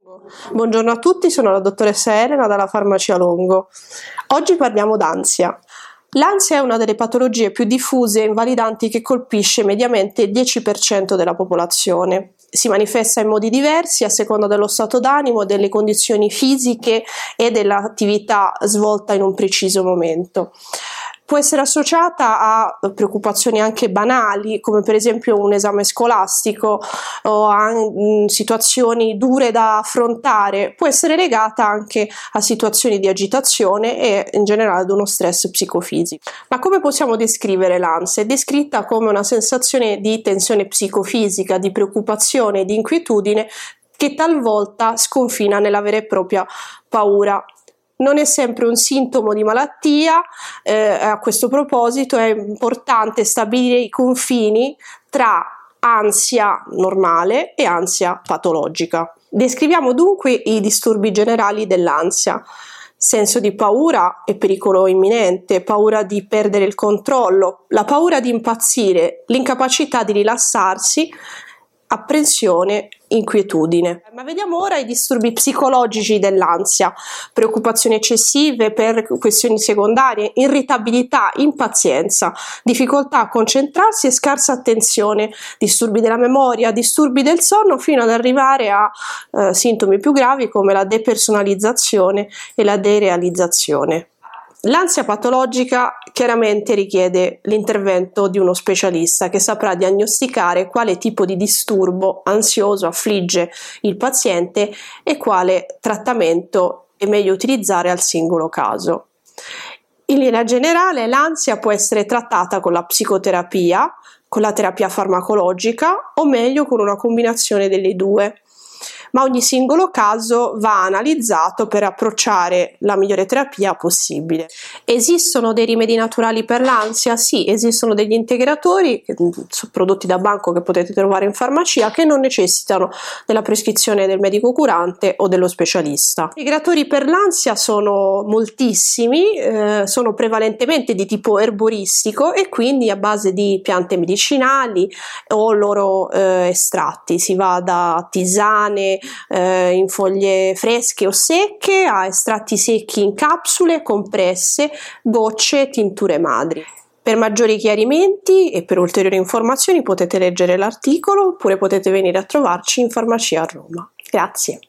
Buongiorno a tutti, sono la dottoressa Elena dalla Farmacia Longo. Oggi parliamo d'ansia. L'ansia è una delle patologie più diffuse e invalidanti che colpisce mediamente il 10% della popolazione. Si manifesta in modi diversi a seconda dello stato d'animo, delle condizioni fisiche e dell'attività svolta in un preciso momento. Può essere associata a preoccupazioni anche banali, come per esempio un esame scolastico o a situazioni dure da affrontare. Può essere legata anche a situazioni di agitazione e in generale ad uno stress psicofisico. Ma come possiamo descrivere l'ansia? È descritta come una sensazione di tensione psicofisica, di preoccupazione, di inquietudine che talvolta sconfina nella vera e propria paura. Non è sempre un sintomo di malattia, a questo proposito è importante stabilire i confini tra ansia normale e ansia patologica. Descriviamo dunque i disturbi generali dell'ansia: senso di paura e pericolo imminente, paura di perdere il controllo, la paura di impazzire, l'incapacità di rilassarsi, apprensione, inquietudine. Ma vediamo ora i disturbi psicologici dell'ansia: preoccupazioni eccessive per questioni secondarie, irritabilità, impazienza, difficoltà a concentrarsi e scarsa attenzione, disturbi della memoria, disturbi del sonno, fino ad arrivare a sintomi più gravi come la depersonalizzazione e la derealizzazione. L'ansia patologica chiaramente richiede l'intervento di uno specialista che saprà diagnosticare quale tipo di disturbo ansioso affligge il paziente e quale trattamento è meglio utilizzare al singolo caso. In linea generale, l'ansia può essere trattata con la psicoterapia, con la terapia farmacologica o meglio con una combinazione delle due. Ma ogni singolo caso va analizzato per approcciare la migliore terapia possibile. Esistono dei rimedi naturali per l'ansia? Sì, esistono degli integratori prodotti da banco che potete trovare in farmacia che non necessitano della prescrizione del medico curante o dello specialista. Gli integratori per l'ansia sono moltissimi, sono prevalentemente di tipo erboristico e quindi a base di piante medicinali o loro estratti. Si va da tisane in foglie fresche o secche a estratti secchi in capsule, compresse, gocce, tinture madri. Per maggiori chiarimenti e per ulteriori informazioni potete leggere l'articolo oppure potete venire a trovarci in farmacia a Roma. Grazie.